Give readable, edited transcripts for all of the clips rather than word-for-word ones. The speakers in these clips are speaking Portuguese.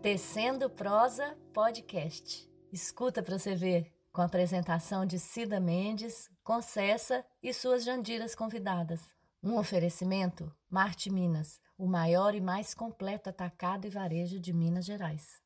Tecendo Prosa Podcast. Escuta para você ver, com a apresentação de Cida Mendes, Concessa e suas jandiras convidadas. Um oferecimento Marte Minas, o maior e mais completo atacado e varejo de Minas Gerais.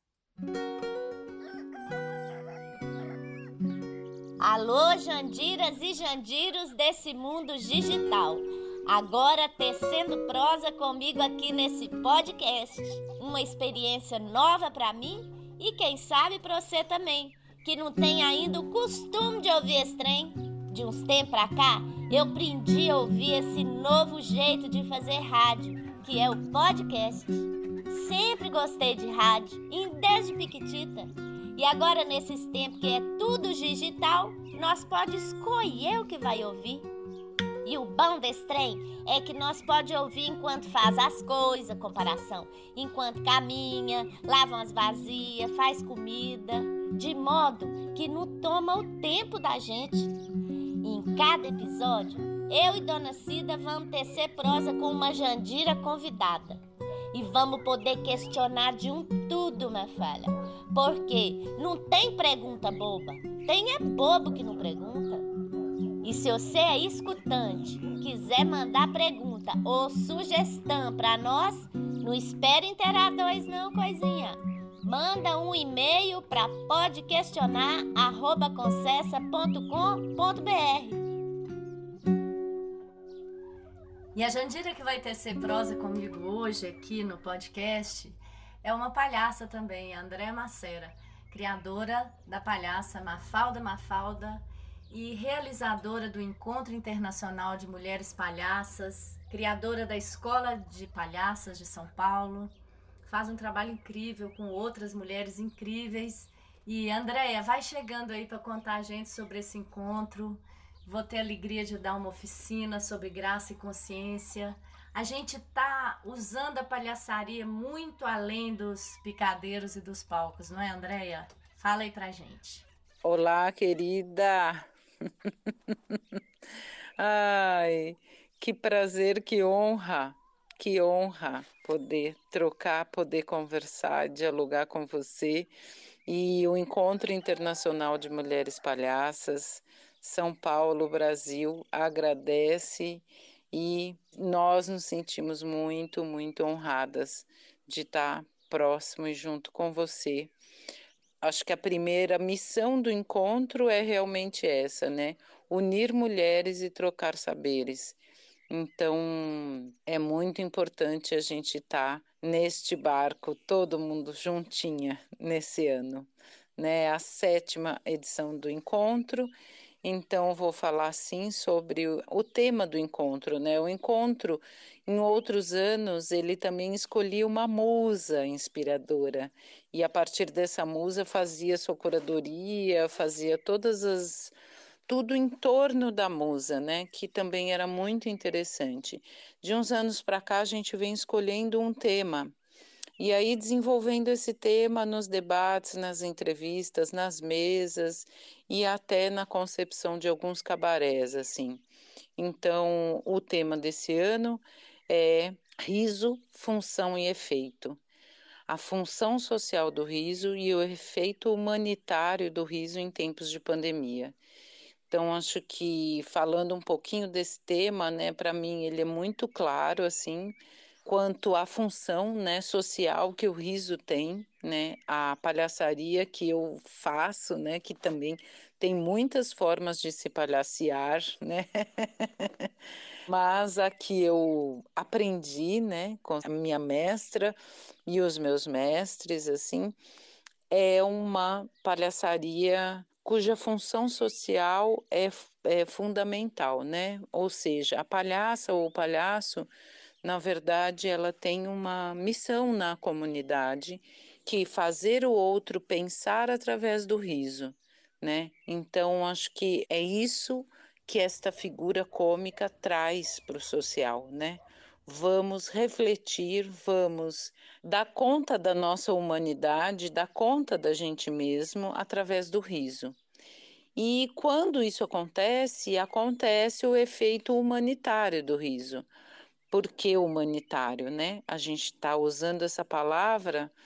Alô, jandiras e jandiros desse mundo digital. Agora tecendo prosa comigo aqui nesse podcast. Uma experiência nova para mim e quem sabe para você também, que não tem ainda o costume de ouvir esse trem. De uns tempos pra cá, eu aprendi a ouvir esse novo jeito de fazer rádio, que é o podcast. Sempre gostei de rádio, desde piquitita. E agora, nesses tempos que é tudo digital, nós pode escolher o que vai ouvir. E o bom desse trem é que nós pode ouvir enquanto faz as coisas, comparação, enquanto caminha, lava umas vasilhas, faz comida, de modo que não toma o tempo da gente. E em cada episódio, eu e Dona Cida vamos tecer prosa com uma jandira convidada. E vamos poder questionar de um tudo, minha filha. Porque não tem pergunta boba, tem é bobo que não pergunta. E se você é escutante, quiser mandar pergunta ou sugestão para nós, não espere inteirar dois não, coisinha. Manda um e-mail para podquestionar@concessa.com.br. E a jandira que vai tecer prosa comigo hoje aqui no podcast é uma palhaça também, a Andréa Macera, criadora da palhaça Mafalda e realizadora do Encontro Internacional de Mulheres Palhaças, criadora da Escola de Palhaças de São Paulo, faz um trabalho incrível com outras mulheres incríveis. E Andréa, vai chegando aí para contar a gente sobre esse encontro. Vou ter a alegria de dar uma oficina sobre graça e consciência. A gente tá usando a palhaçaria muito além dos picadeiros e dos palcos, não é, Andréa? Fala aí pra gente. Olá, querida! Ai, que prazer, que honra poder trocar, poder conversar, dialogar com você. E o Encontro Internacional de Mulheres Palhaças, São Paulo, Brasil, agradece e nós nos sentimos muito, muito honradas de estar próximo e junto com você. Acho que a primeira missão do encontro é realmente essa, né? Unir mulheres e trocar saberes. Então, é muito importante a gente estar neste barco, todo mundo juntinha nesse ano, né? A 7ª edição do encontro. Então, vou falar sim sobre o tema do encontro, né? O encontro, em outros anos, ele também escolhia uma musa inspiradora. E a partir dessa musa fazia sua curadoria, fazia tudo em torno da musa, né? Que também era muito interessante. De uns anos para cá, a gente vem escolhendo um tema. E aí desenvolvendo esse tema nos debates, nas entrevistas, nas mesas e até na concepção de alguns cabarés, assim. Então, o tema desse ano é riso, função e efeito. A função social do riso e o efeito humanitário do riso em tempos de pandemia. Então, acho que falando um pouquinho desse tema, né, para mim ele é muito claro, assim, quanto à função, né, social que o riso tem, né, a palhaçaria que eu faço, né, que também tem muitas formas de se palhaciar, né, mas a que eu aprendi, né, com a minha mestra e os meus mestres, assim, é uma palhaçaria cuja função social é fundamental, né? Ou seja, a palhaça ou o palhaço, na verdade, ela tem uma missão na comunidade, que fazer o outro pensar através do riso, né? Então, acho que é isso que esta figura cômica traz para o social, né? Vamos refletir, vamos dar conta da nossa humanidade, dar conta da gente mesmo através do riso. E quando isso acontece, acontece o efeito humanitário do riso. Por que humanitário, né? A gente está usando essa palavra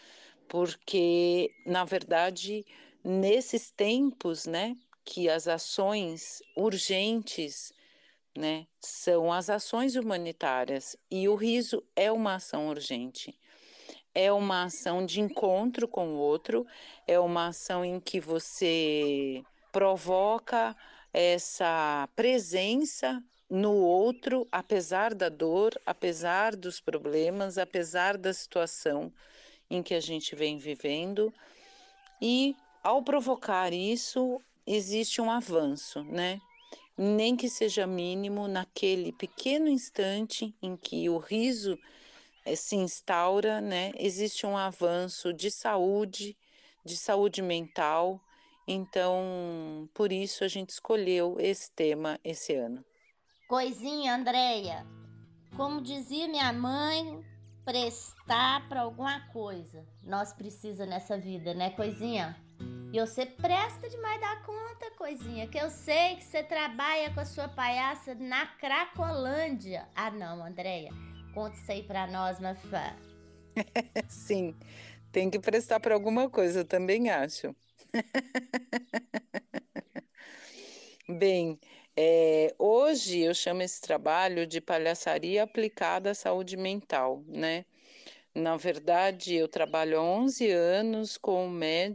porque, na verdade, nesses tempos, né, que as ações urgentes, né, são as ações humanitárias, e o riso é uma ação urgente. É uma ação de encontro com o outro, é uma ação em que você provoca essa presença no outro, apesar da dor, apesar dos problemas, apesar da situação em que a gente vem vivendo. E ao provocar isso, existe um avanço, né? Nem que seja mínimo, naquele pequeno instante em que o riso se instaura, né? Existe um avanço de saúde mental. Então, por isso a gente escolheu esse tema esse ano. Coisinha, Andréia, como dizia minha mãe, prestar para alguma coisa nós precisa nessa vida, né, Coisinha? E você presta demais da conta, Coisinha, que eu sei que você trabalha com a sua palhaça na Cracolândia. Ah, não, Andréia, conta isso aí pra nós, Mafá. Sim, tem que prestar para alguma coisa, eu também acho. Bem, hoje eu chamo esse trabalho de palhaçaria aplicada à saúde mental, né? Na verdade, eu trabalho há 11 anos com o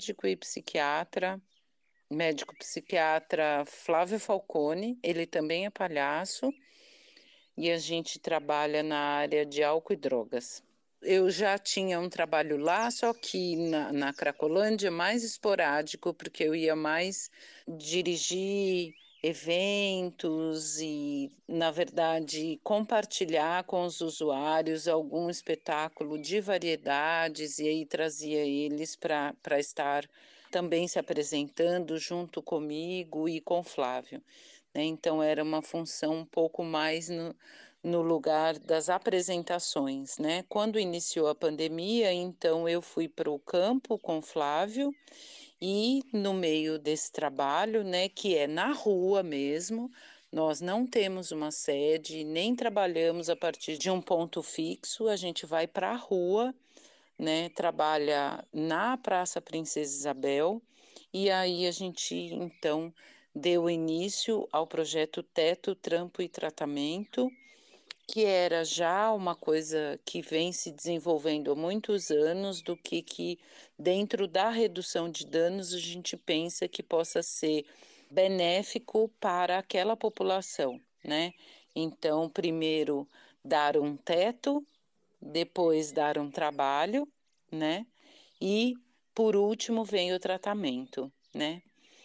médico psiquiatra Flávio Falcone, ele também é palhaço, e a gente trabalha na área de álcool e drogas. Eu já tinha um trabalho lá, só que na Cracolândia mais esporádico, porque eu ia mais dirigir eventos e, na verdade, compartilhar com os usuários algum espetáculo de variedades e aí trazia eles para estar também se apresentando junto comigo e com Flávio, né? Então era uma função um pouco mais no lugar das apresentações, né? Quando iniciou a pandemia, então eu fui para o campo com Flávio e no meio desse trabalho, né, que é na rua mesmo, nós não temos uma sede, nem trabalhamos a partir de um ponto fixo, a gente vai para a rua, né, trabalha na Praça Princesa Isabel, e aí a gente então deu início ao projeto Teto, Trampo e Tratamento, que era já uma coisa que vem se desenvolvendo há muitos anos, do que dentro da redução de danos a gente pensa que possa ser benéfico para aquela população, né? Então, primeiro dar um teto, depois dar um trabalho, né? E por último vem o tratamento, né?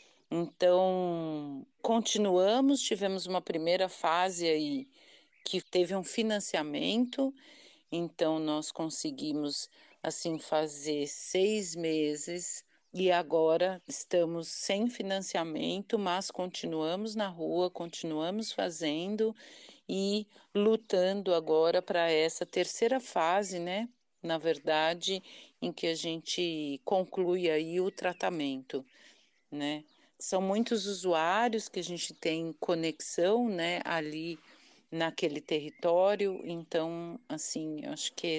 Então, continuamos, tivemos uma primeira fase aí que teve um financiamento, então nós conseguimos assim fazer 6 meses e agora estamos sem financiamento, mas continuamos na rua, continuamos fazendo e lutando agora para essa terceira fase, né? Na verdade, em que a gente conclui aí o tratamento, né? São muitos usuários que a gente tem conexão, né, ali naquele território, então, assim, eu acho que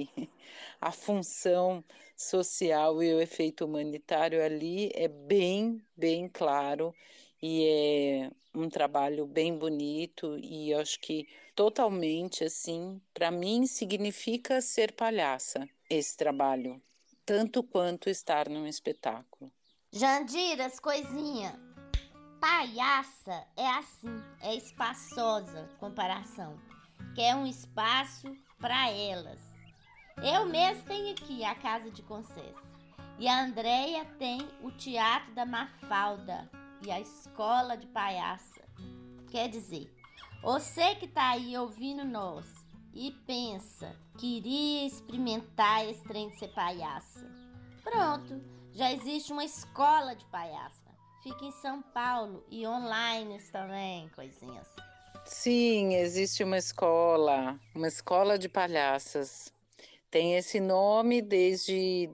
a função social e o efeito humanitário ali é bem, bem claro e é um trabalho bem bonito e eu acho que totalmente, assim, para mim significa ser palhaça esse trabalho, tanto quanto estar num espetáculo. Jandiras, Coisinha, palhaça é assim, é espaçosa comparação, que é um espaço para elas. Eu mesmo tenho aqui a Casa de Conceição e a Andréia tem o Teatro da Mafalda e a Escola de Palhaça. Quer dizer, você que tá aí ouvindo nós e pensa que iria experimentar esse trem de ser palhaça, pronto, já existe uma escola de palhaça. Fica em São Paulo e online também, Coisinhas. Sim, existe uma escola de palhaças. Tem esse nome desde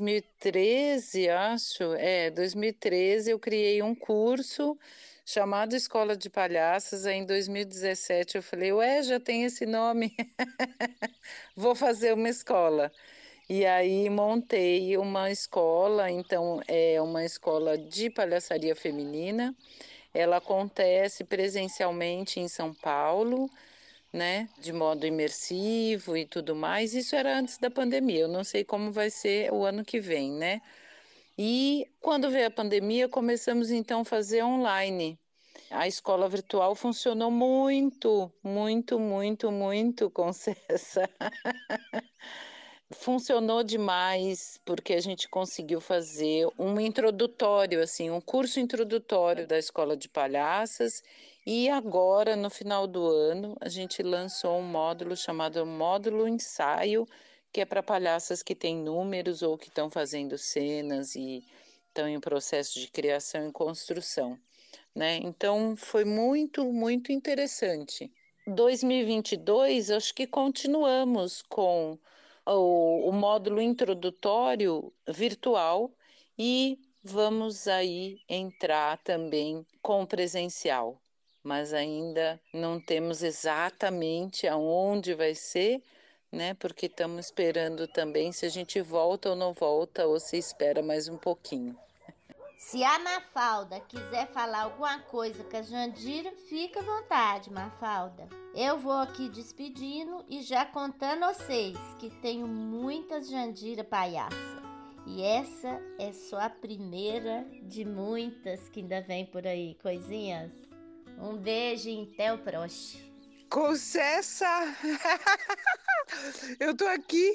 2013, acho. 2013 eu criei um curso chamado Escola de Palhaças. Aí em 2017 eu falei, ué, já tem esse nome, vou fazer uma escola. E aí montei uma escola, então é uma escola de palhaçaria feminina. Ela acontece presencialmente em São Paulo, né, de modo imersivo e tudo mais. Isso era antes da pandemia. Eu não sei como vai ser o ano que vem, né? E quando veio a pandemia, começamos então a fazer online. A escola virtual funcionou muito, muito, muito, muito com Cessa. Funcionou demais porque a gente conseguiu fazer um introdutório, assim, um curso introdutório da Escola de Palhaças. E agora, no final do ano, a gente lançou um módulo chamado Módulo Ensaio, que é para palhaças que têm números ou que estão fazendo cenas e estão em processo de criação e construção, né? Então, foi muito, muito interessante. 2022, acho que continuamos com o módulo introdutório virtual e vamos aí entrar também com presencial, mas ainda não temos exatamente aonde vai ser, né? Porque estamos esperando também se a gente volta ou não volta ou se espera mais um pouquinho. Se a Mafalda quiser falar alguma coisa com a Jandira, fica à vontade, Mafalda. Eu vou aqui despedindo e já contando a vocês que tenho muitas Jandira palhaça. E essa é só a primeira de muitas que ainda vem por aí, coisinhas. Um beijo e até o próximo. Com Cessa! Eu tô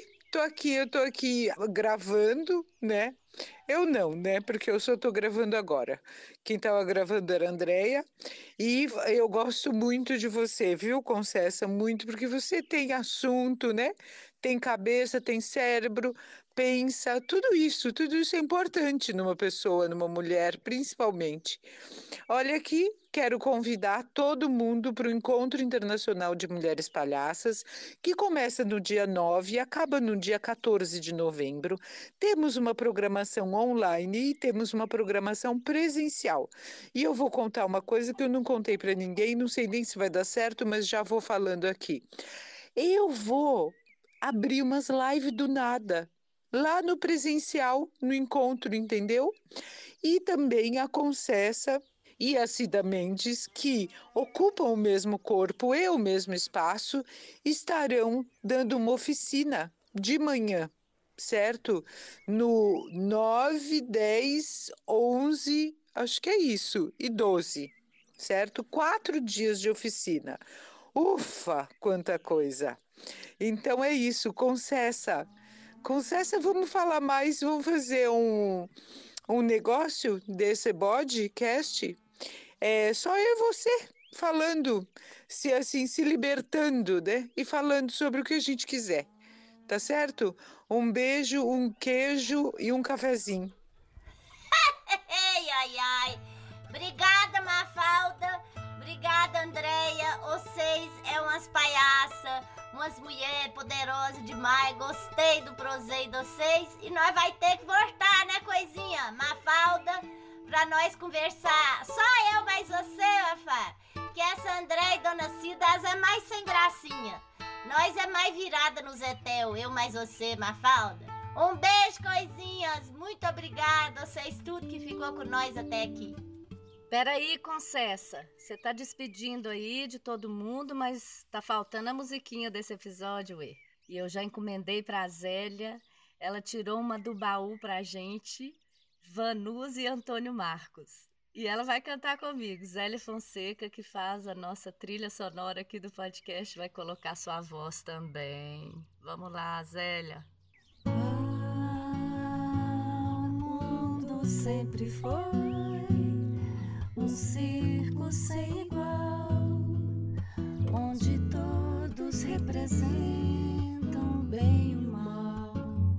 aqui gravando, né? Eu não, né? Porque eu só tô gravando agora. Quem tava gravando era a Andrea. E eu gosto muito de você, viu, Concessa? Muito, porque você tem assunto, né? Tem cabeça, tem cérebro, pensa, tudo isso é importante numa pessoa, numa mulher, principalmente. Olha aqui, quero convidar todo mundo para o Encontro Internacional de Mulheres Palhaças, que começa no dia 9 e acaba no dia 14 de novembro. Temos uma programação online e temos uma programação presencial. E eu vou contar uma coisa que eu não contei para ninguém, não sei nem se vai dar certo, mas já vou falando aqui. Eu vou abrir umas lives do nada, lá no presencial, no encontro, entendeu? E também a Concessa e a Cida Mendes, que ocupam o mesmo corpo e o mesmo espaço, estarão dando uma oficina de manhã, certo? No 9, 10, 11, acho que é isso, e 12, certo? 4 dias de oficina. Ufa, quanta coisa! Então é isso, Concessa. Concessa, vamos falar mais, vamos fazer um negócio desse podcast? É só eu e você falando, se assim, se libertando, né? E falando sobre o que a gente quiser, tá certo? Um beijo, um queijo e um cafezinho. Ei, ai, ai. Obrigada, Mafalda. Obrigada, Andreia. Vocês é umas palhaças, umas mulheres poderosas demais. Gostei do proseio de vocês. E nós vai ter que voltar, né, coisinha? Mafalda, pra nós conversar. Só eu mais você, Mafá. Que essa Andreia e Dona Cida é mais sem gracinha. Nós é mais virada no Zetel. Eu mais você, Mafalda. Um beijo, coisinhas. Muito obrigada. Vocês tudo que ficou com nós até aqui. Peraí, Concessa. Você tá despedindo aí de todo mundo, mas tá faltando a musiquinha desse episódio, ué. E eu já encomendei pra Zélia. Ela tirou uma do baú pra gente. Vanusa e Antônio Marcos. E ela vai cantar comigo. Zélia Fonseca, que faz a nossa trilha sonora aqui do podcast, vai colocar sua voz também. Vamos lá, Zélia. O mundo sempre foi um circo sem igual, onde todos representam o bem e o mal,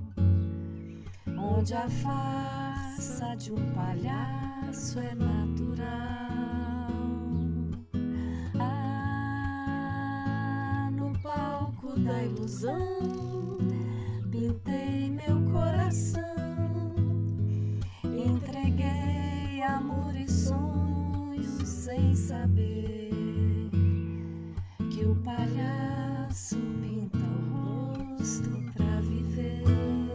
onde a farsa de um palhaço é natural. No palco da ilusão pintei meu coração, entreguei amor e sonhos sem saber que o palhaço pinta o rosto pra viver.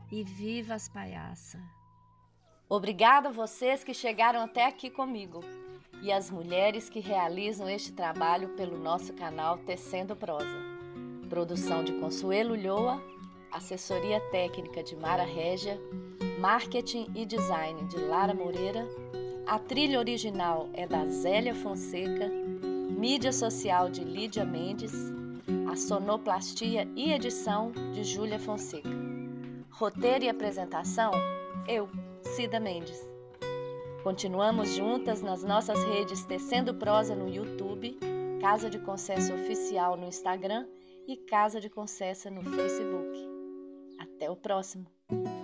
e viva as palhaças! Obrigada a vocês que chegaram até aqui comigo e as mulheres que realizam este trabalho pelo nosso canal Tecendo Prosa. Produção de Consuelo Ulloa, assessoria técnica de Mara Régia, marketing e design de Lara Moreira, a trilha original é da Zélia Fonseca, mídia social de Lídia Mendes, a sonoplastia e edição de Júlia Fonseca. Roteiro e apresentação, eu, Cida Mendes. Continuamos juntas nas nossas redes Tecendo Prosa no YouTube, Casa de Concessa Oficial no Instagram e Casa de Concessa no Facebook. Até o próximo!